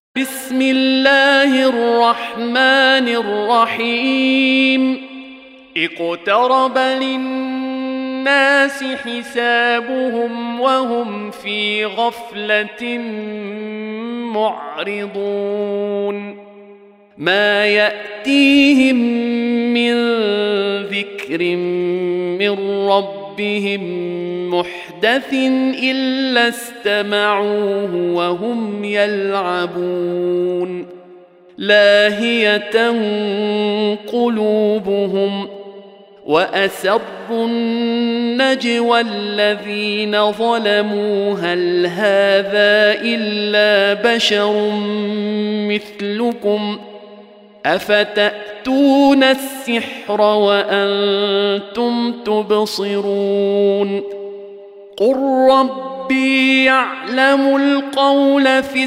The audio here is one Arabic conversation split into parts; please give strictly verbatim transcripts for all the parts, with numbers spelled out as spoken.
بسم الله الرحمن الرحيم اقترب للناس حسابهم وهم في غفلة معرضون ما يأتيهم من ذكر من ربهم محدث إلا استمعوه وهم يلعبون لاهية قلوبهم وأسروا النجوى الذين ظلموا هل هذا إلا بشر مثلكم أفتأتون السحر وأنتم تبصرون قل ربي يعلم القول في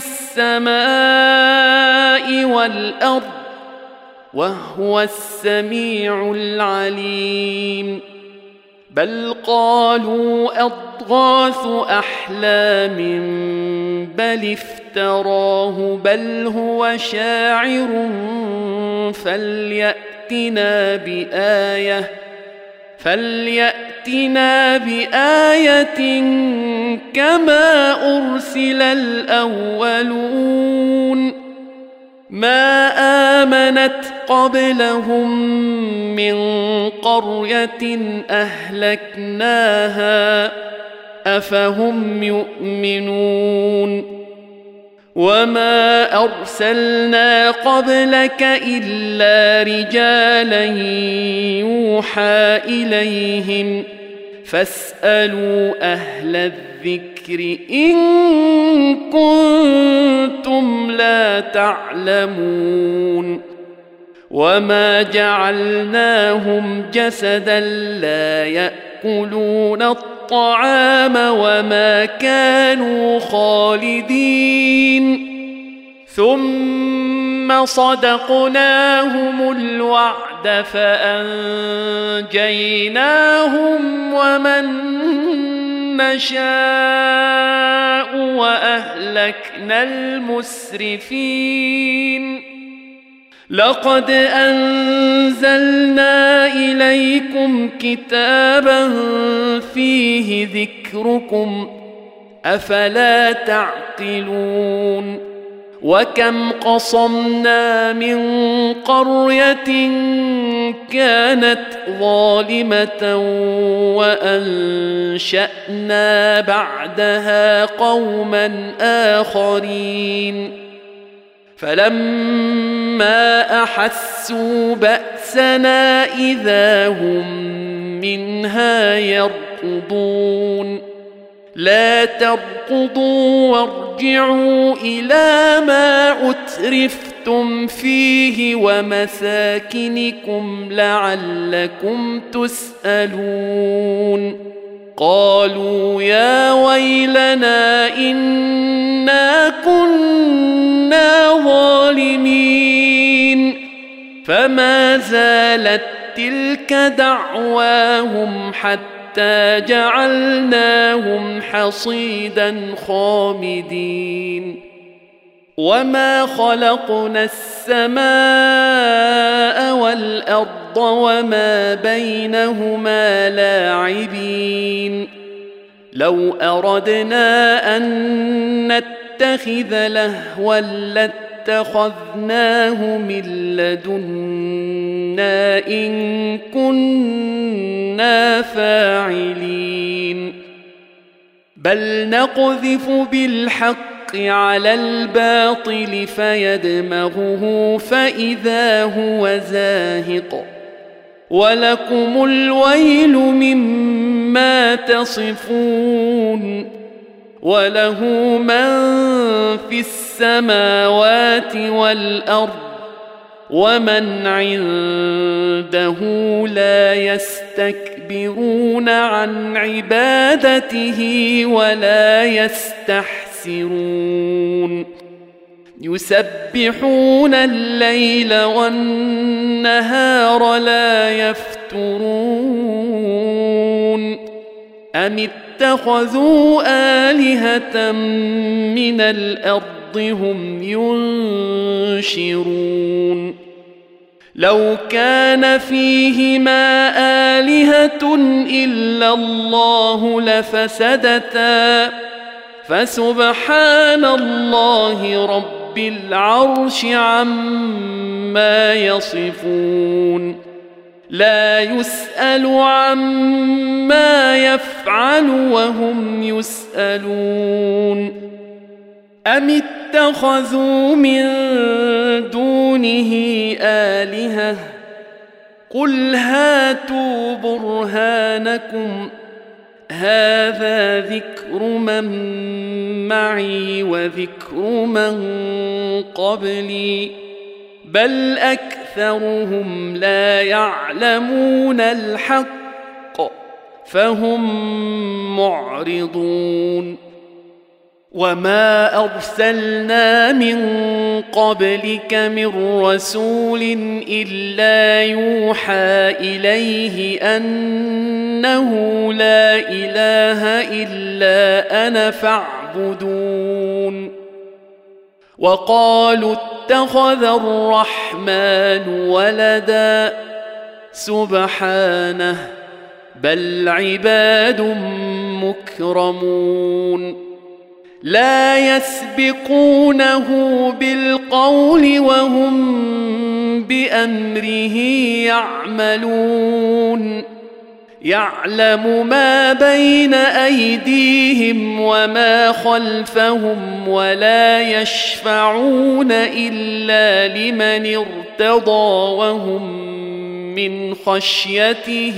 السماء والأرض وهو السميع العليم بل قالوا أضغاث أحلام بل افتراه بل هو شاعر فليأتنا بآية فليأتنا بآية كما أرسل الأولون ما آمنت قبلهم من قرية أهلكناها أفهم يؤمنون وما أرسلنا قبلك إلا رجالا يوحى إليهم فاسألوا أهل الذكر إن كنتم لا تعلمون وما جعلناهم جسدا لا يأكلون الطعام وما كانوا خالدين ثم صدقناهم الوعد فأنجيناهم ومن نشاء وأهلكنا المسرفين لقد أنزلنا إليكم كتابا فيه ذكركم أفلا تعقلون وكم قصمنا من قرية كانت ظالمة وأنشأنا بعدها قوما آخرين فلما أحسوا بأسنا إذا هم منها يركضون لا تركضوا وارجعوا إلى ما أترفتم فيه ومساكنكم لعلكم تسألون قالوا يا ويلنا إنا كنا ظالمين فما زالت تلك دعواهم حتى جعلناهم حصيدا خامدين وما خلقنا السماء والأرض وما بينهما لاعبين لو أردنا أن نتخذ لهوا لاتخذناه من لدنا إن كنا فاعلين بل نقذف بالحق على الباطل فيدمغه فإذا هو زاهق ولكم الويل مما تصفون وله من في السماوات والأرض ومن عنده لا يستكبرون عن عبادته ولا يستحسرون يسبحون الليل والنهار لا يفترون أم اتخذوا آلهة من الأرض هم ينشرون لو كان فيهما آلهة إلا الله لفسدتا فسبحان الله رب العرش عما يصفون لا يسأل عما يفعل وهم يسألون أم اتخذوا من دونه آلهة قل هاتوا برهانكم هذا ذكر من معي وذكر من قبلي بل أكثرهم لا يعلمون الحق فهم معرضون وما أرسلنا من قبلك من رسول إلا يوحى إليه أنه لا إله إلا أنا فاعبدون وقالوا اتخذ الرحمن ولدا سبحانه بل عباد مكرمون لا يسبقونه بالقول وهم بأمره يعملون يعلم ما بين أيديهم وما خلفهم ولا يشفعون إلا لمن ارتضى وهم من خشيته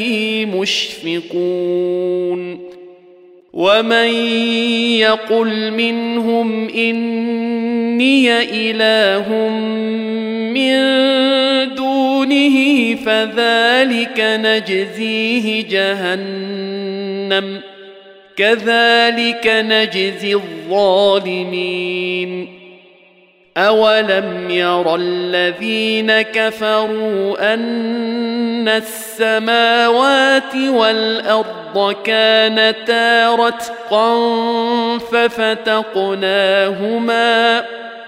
مشفقون ومن يقل منهم إني إله من دونه فذلك نجزيه جهنم كذلك نجزي الظالمين أولم ير الذين كفروا أن السماوات والأرض كانتا رتقا ففتقناهما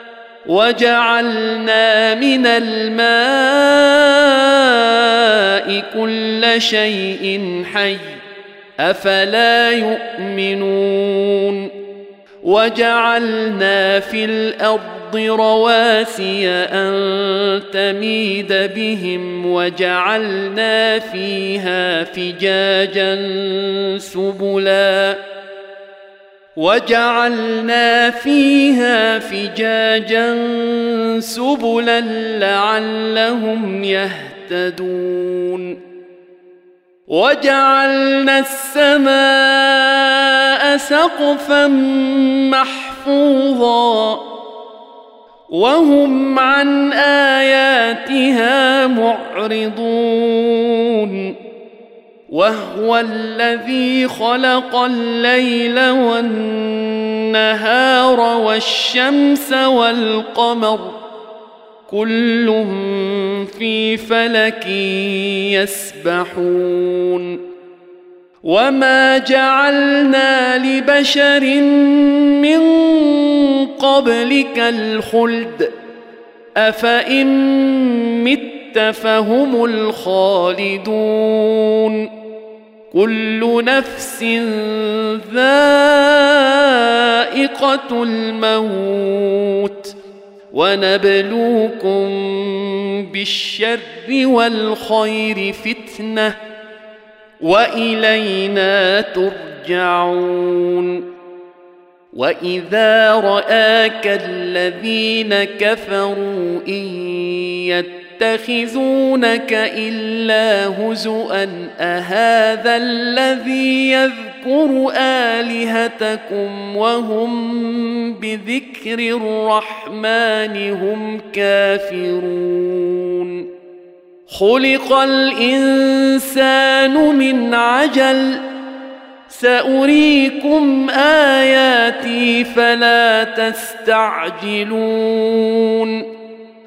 وجعلنا من الماء كل شيء حي أفلا يؤمنون وجعلنا في الأرض رواسي أن تميد بهم وجعلنا فيها فجاجا سبلا وجعلنا فيها فجاجا سبلا لعلهم يهتدون وجعلنا السماء سقفا محفوظا وهم عن آياتها معرضون وهو الذي خلق الليل والنهار والشمس والقمر كل في فلك يسبحون وما جعلنا لبشر من قبلك الخلد أفإن مت فهم الخالدون كل نفس ذائقة الموت ونبلوكم بالشر والخير فتنة وإلينا ترجعون وإذا رآك الذين كفروا إن يتخذونك إلا هزؤا أهذا الذي يذكر آلهتكم وهم بذكر الرحمن هم كافرون خلق الإنسان من عجل سأريكم آياتي فلا تستعجلون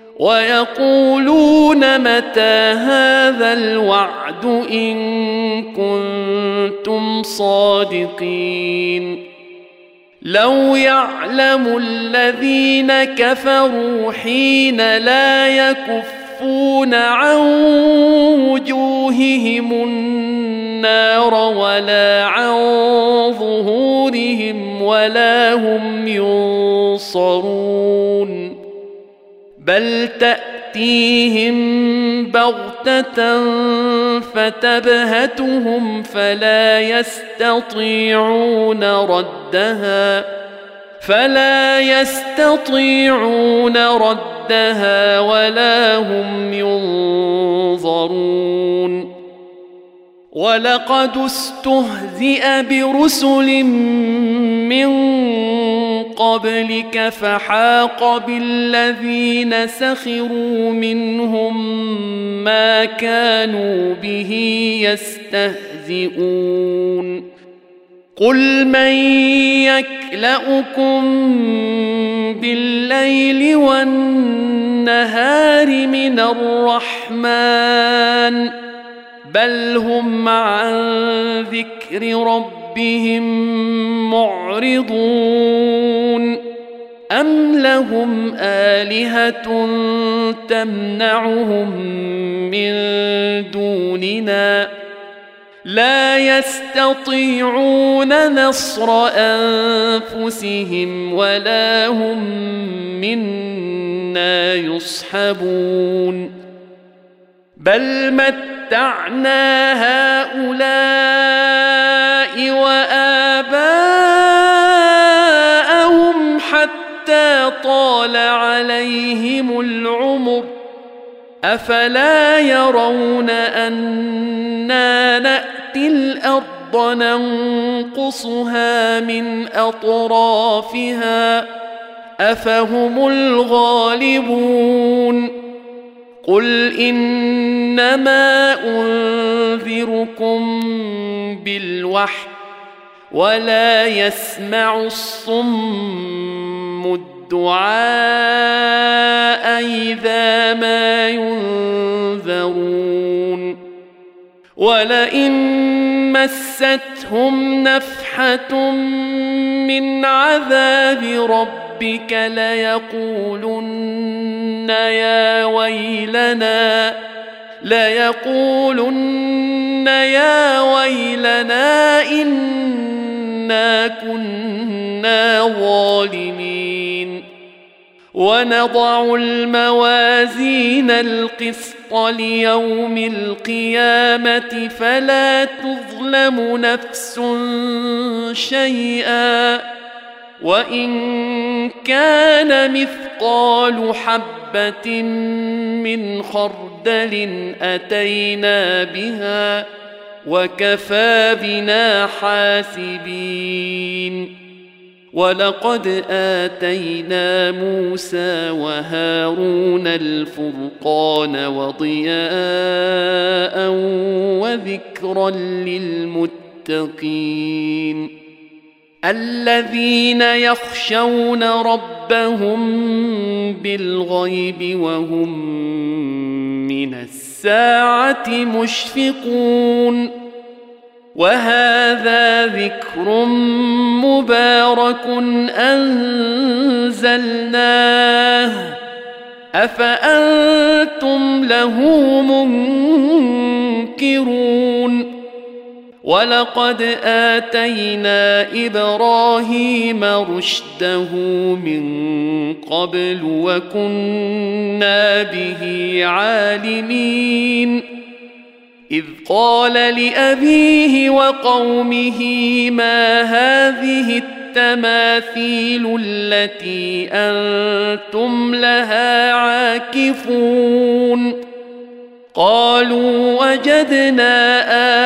ويقولون متى هذا الوعد إن كنتم صادقين لو يعلم الذين كفروا حين لا يكفون عن وجوههم النار ولا عن ظهورهم ولا هم ينصرون بل تأتيهم بغتة فتبهتهم فلا يستطيعون ردها فلا يستطيعون ردها ولا هم ينظرون ولقد استهزئ برسل من قبلك فحاق بالذين سخروا منهم ما كانوا به يستهزئون قل من يكلؤكم بالليل والنهار من الرحمن بل هم عن ذكر ربهم معرضون أم لهم آلهة تمنعهم من دوننا لا يستطيعون نصر أنفسهم ولا هم منا يصحبون بل متعنا هؤلاء وآباءهم حتى طال عليهم العمر أفلا يرون أنا نأتي الأرض ننقصها من أطرافها أفهم الغالبون قل إنما أنذركم بالوحي ولا يسمع الصم الدعاء إذا ما ينذرون ولئن مستهم نفحة من عذاب ربك ليقولن يا ويلنا ليقولن يا ويلنا إنا كنا ظالمين ونضع الموازين القسط ليوم القيامة فلا تظلم نفس شيئا وإن كان مثقال حبة من خردل أتينا بها وكفى بنا حاسبين ولقد آتينا موسى وهارون الفرقان وضياء وذكرا للمتقين الذين يخشون ربهم بالغيب وهم من الساعة مشفقون وهذا ذكر مبارك أنزلناه أفأنتم له منكرون ولقد آتينا إبراهيم رشده من قبل وكنا به عالمين إذ قال لأبيه وقومه ما هذه التماثيل التي أنتم لها عاكفون قالوا وجدنا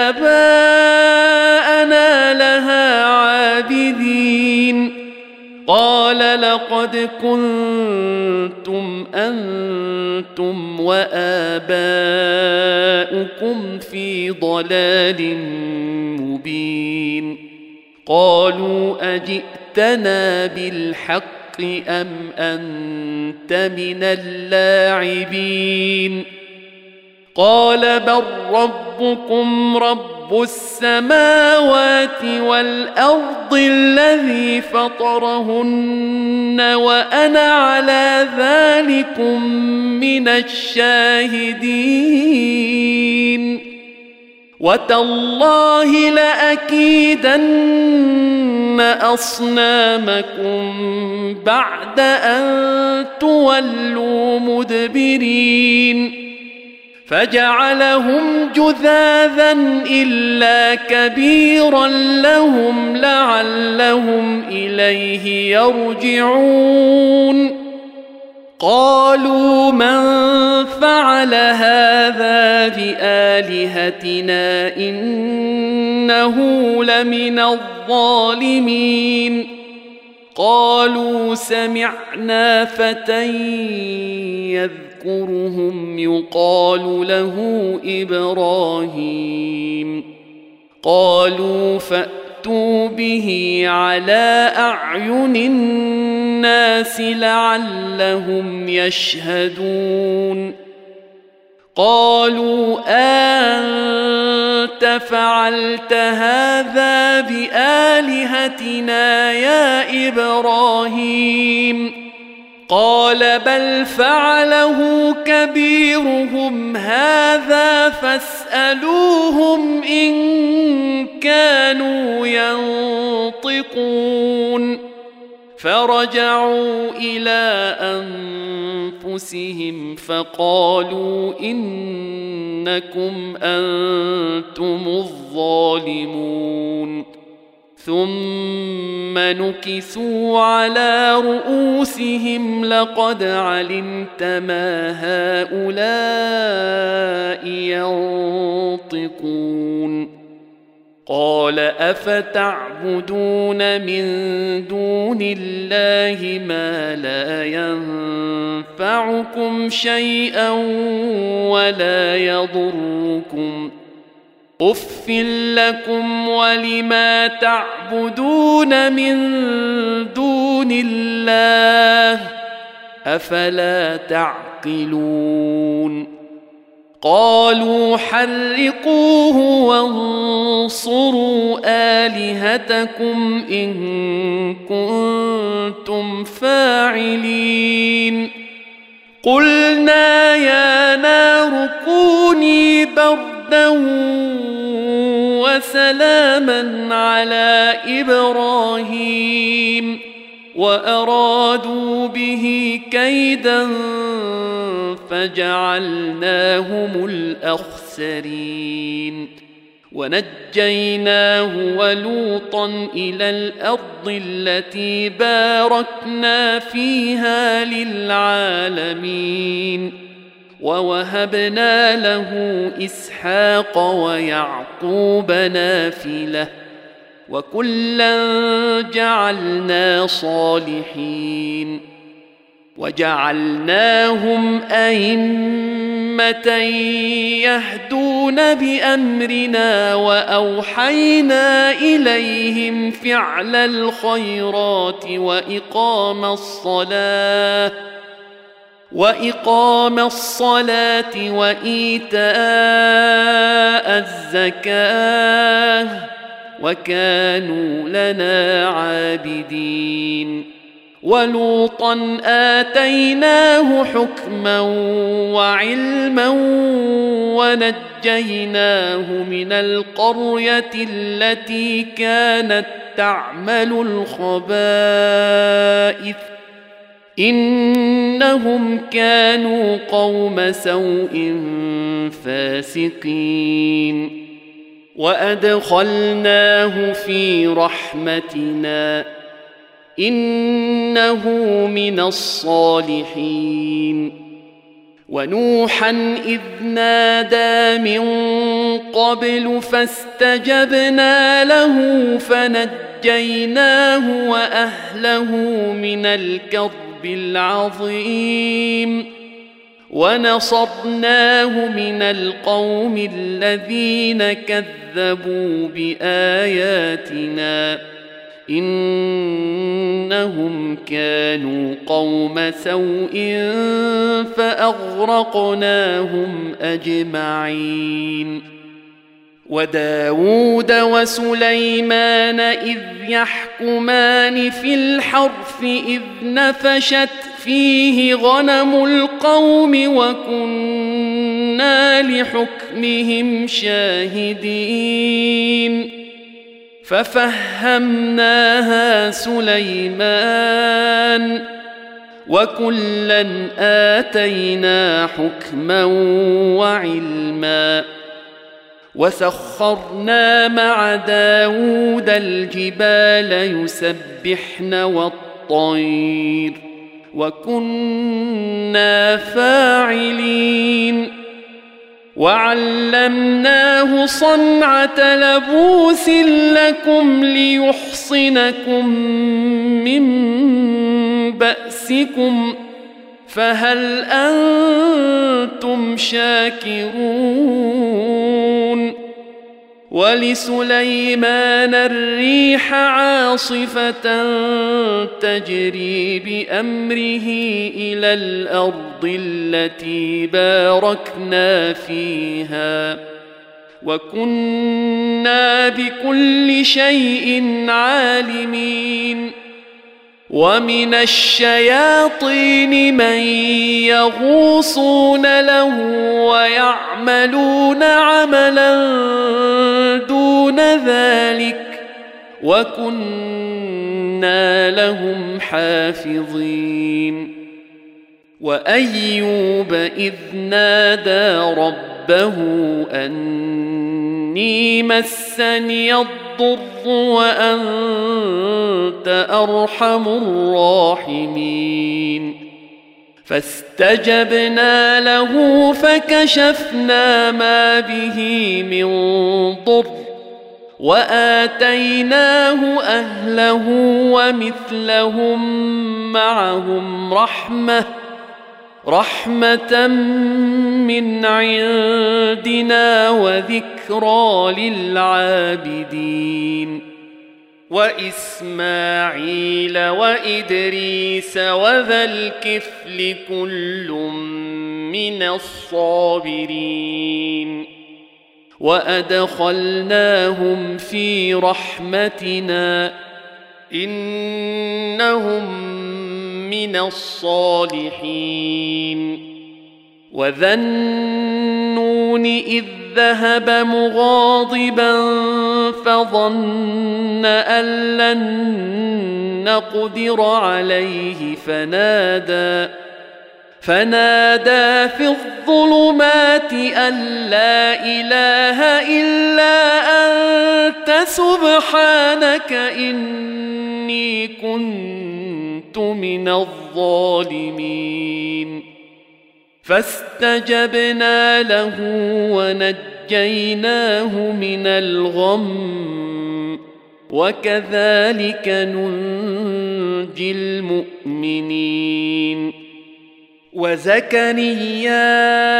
آباءنا لها عابدين قال لقد كنتم أنتم وآباؤكم في ضلال مبين قالوا أجئتنا بالحق أم أنت من اللاعبين قال بل رب ربكم رب السماوات والأرض الذي فطرهن وأنا على ذلكم من الشاهدين وتالله لأكيدن أصنامكم بعد أن تولوا مدبرين فجعلهم جذاذا إلا كبيرا لهم لعلهم إليه يرجعون قالوا من فعل هذا بآلهتنا إنه لمن الظالمين قالوا سمعنا فتى يذكرهم يقال له إبراهيم قالوا فأتوا به على أعين الناس لعلهم يشهدون قالوا أنت فعلت هذا بآلهتنا يا إبراهيم قال بل فعله كبيرهم هذا فاسألوهم إن كانوا ينطقون فرجعوا إلى أنفسهم فقالوا إنكم أنتم الظالمون ثم نكسوا على رؤوسهم لقد علمت ما هؤلاء ينطقون قال أفتعبدون من دون الله ما لا ينفعكم شيئا ولا يضركم أف لكم ولما تعبدون من دون الله أفلا تعقلون قالوا حرقوه وانصروا آلهتكم إن كنتم فاعلين قلنا يا نار كوني بردا وسلاما على إبراهيم وأرادوا به كيدا فجعلناهم الأخسرين ونجيناه ولوطا إلى الأرض التي باركنا فيها للعالمين ووهبنا له إسحاق ويعقوب نافلة وكلا جعلنا صالحين وجعلناهم أئمة يهدون بأمرنا وأوحينا إليهم فعل الخيرات وإقام الصلاة وإقام الصلاة وإيتاء الزكاة وكانوا لنا عابدين ولوطا آتيناه حكما وعلما ونجيناه من القرية التي كانت تعمل الخبائث إنهم كانوا قوم سوء فاسقين وأدخلناه في رحمتنا إنه من الصالحين ونوحا إذ نادى من قبل فاستجبنا له فنجيناه وأهله من الكرب العظيم ونصرناه من القوم الذين كذبوا بآياتنا إنهم كانوا قوم سوء فأغرقناهم أجمعين وداود وسليمان إذ يحكمان في الحرث إذ نفشت فيه غنم القوم وكنا لحكمهم شاهدين ففهمناها سليمان وكلا آتينا حكما وعلما وسخرنا مع داود الجبال يسبحن والطير وكنا فاعلين وعلمناه صنعة لبوس لكم ليحصنكم من بأسكم فهل أنتم شاكرون ولسليمان الريح عاصفة تجري بأمره إلى الأرض التي باركنا فيها وكنا بكل شيء عالمين ومن الشياطين من يغوصون له ويعملون عملا دون ذلك وكنا لهم حافظين وأيوب إذ نادى ربه أني مسني الضر وأنت أرحم الراحمين فاستجبنا له فكشفنا ما به من ضر وآتيناه أهله ومثلهم معهم رحمة رحمة من عندنا وذكرى للعابدين وإسماعيل وإدريس وذا الكفل كل من الصابرين وأدخلناهم في رحمتنا إنهم من الصالحين وذا النون إذ ذهب مغاضبا فظن أن لن نقدر عليه فنادى فنادى في الظلمات أن لا إله إلا أنت سبحانك إني كنت من الظالمين فاستجبنا له ونجيناه من الغم وكذلك ننجي المؤمنين وزكريا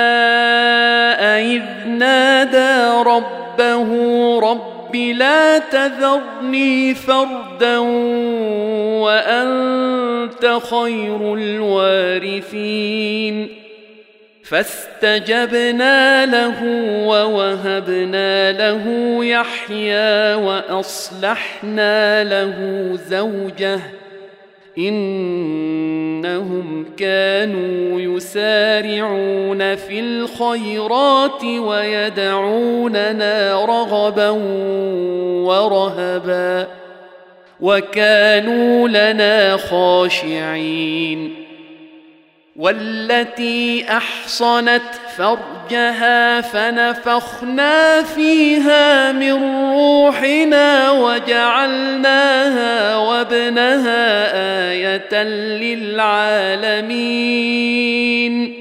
إذ نادى ربه رب لا تذرني فردا وأنت خير الوارثين فاستجبنا له ووهبنا له يحيى وأصلحنا له زوجه إنهم كانوا يسارعون في الخيرات ويدعوننا رغبا ورهبا وكانوا لنا خاشعين والتي أحصنت فرجها فنفخنا فيها من روحنا وجعلناها وابنها آية للعالمين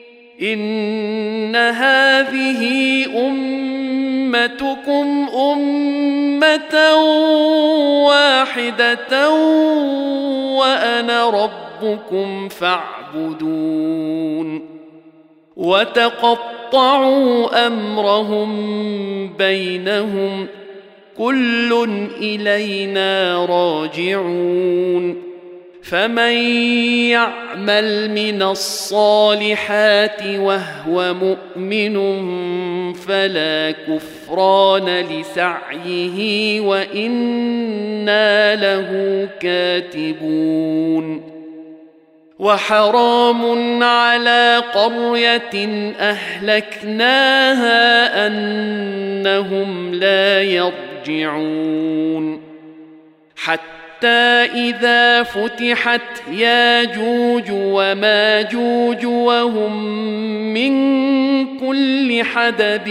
إن هذه أمتكم أمة واحدة وأنا ربكم فاعبدون وتقطعوا أمرهم بينهم كل إلينا راجعون فمن يعمل من الصالحات وهو مؤمن فلا كفران لسعيه وإنا له كاتبون وحرام على قرية أهلكناها أنهم لا يرجعون حتى إذا فتحت ياجوج وماجوج وهم من كل حدب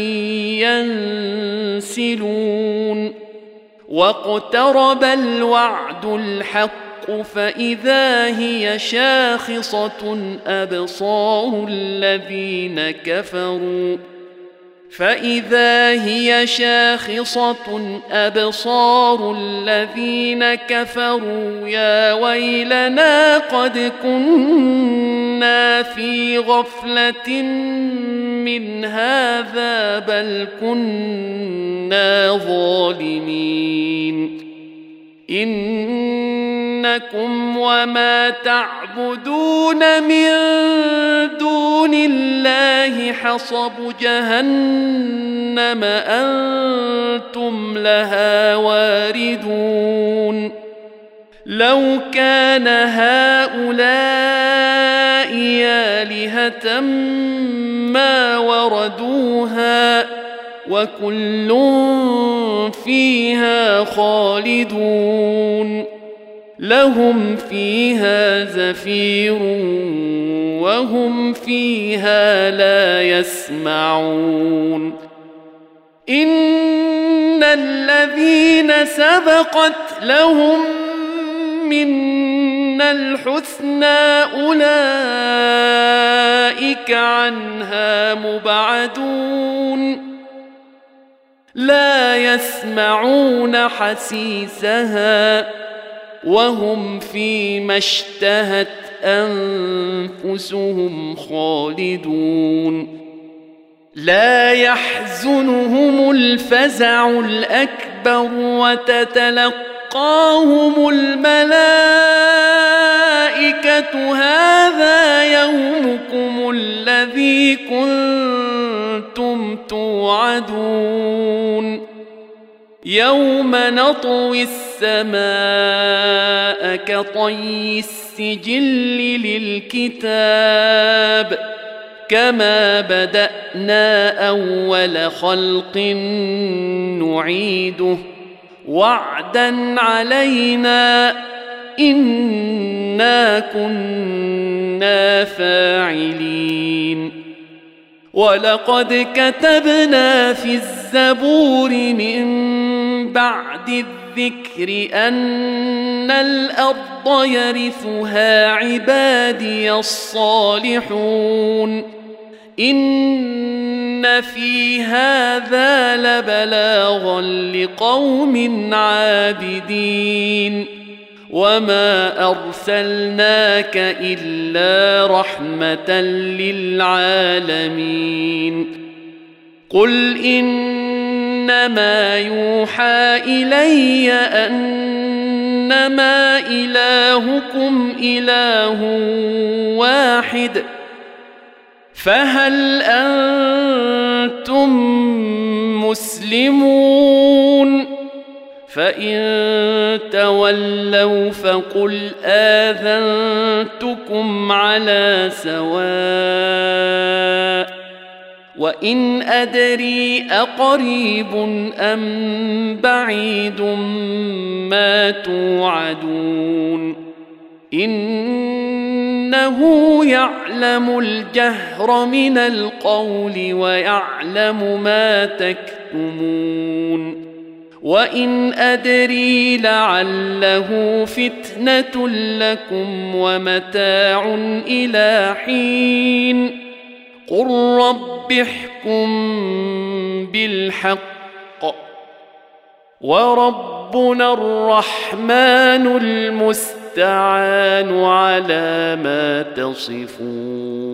ينسلون واقترب الوعد الحق فإذا هي شاخصة أبصار الذين كفروا فإذا هي شاخصة أبصار الذين كفروا يا ويلنا قد كنا في غفلة من هذا بل كنا ظالمين إنكم وما تعبدون من دون الله حصب جهنم أنتم لها واردون لو كان هؤلاء آلهة ما وردوها وكل فيها خالدون لهم فيها زفير وهم فيها لا يسمعون إن الذين سبقت لهم منا الحسنى أولئك عنها مبعدون لا يسمعون حسيسها وهم فيما اشتهت أنفسهم خالدون لا يحزنهم الفزع الأكبر وتتلقاهم الملائكة هذا يومكم الذي كنتم توعدون يوم نطوي السماء كطي السجل للكتاب كما بدأنا أول خلق نعيده وعدا علينا إنا كنا فاعلين ولقد كتبنا في الزبور من بعد الذكر أن الأرض يرثها عبادي الصالحون إن في هذا لبلاغا لقوم عابدين وما أرسلناك إلا رحمة للعالمين قل إنما يوحى إلي أنما إلهكم إله واحد فهل أنتم مسلمون فإن تولوا فقل آذنتكم على سواء وإن أدري أقريب أم بعيد ما توعدون إنه يعلم الجهر من القول ويعلم ما تكتمون وإن أدري لعله فتنة لكم ومتاع إلى حين قل رب احكم بالحق وربنا الرحمن المستعان على ما تصفون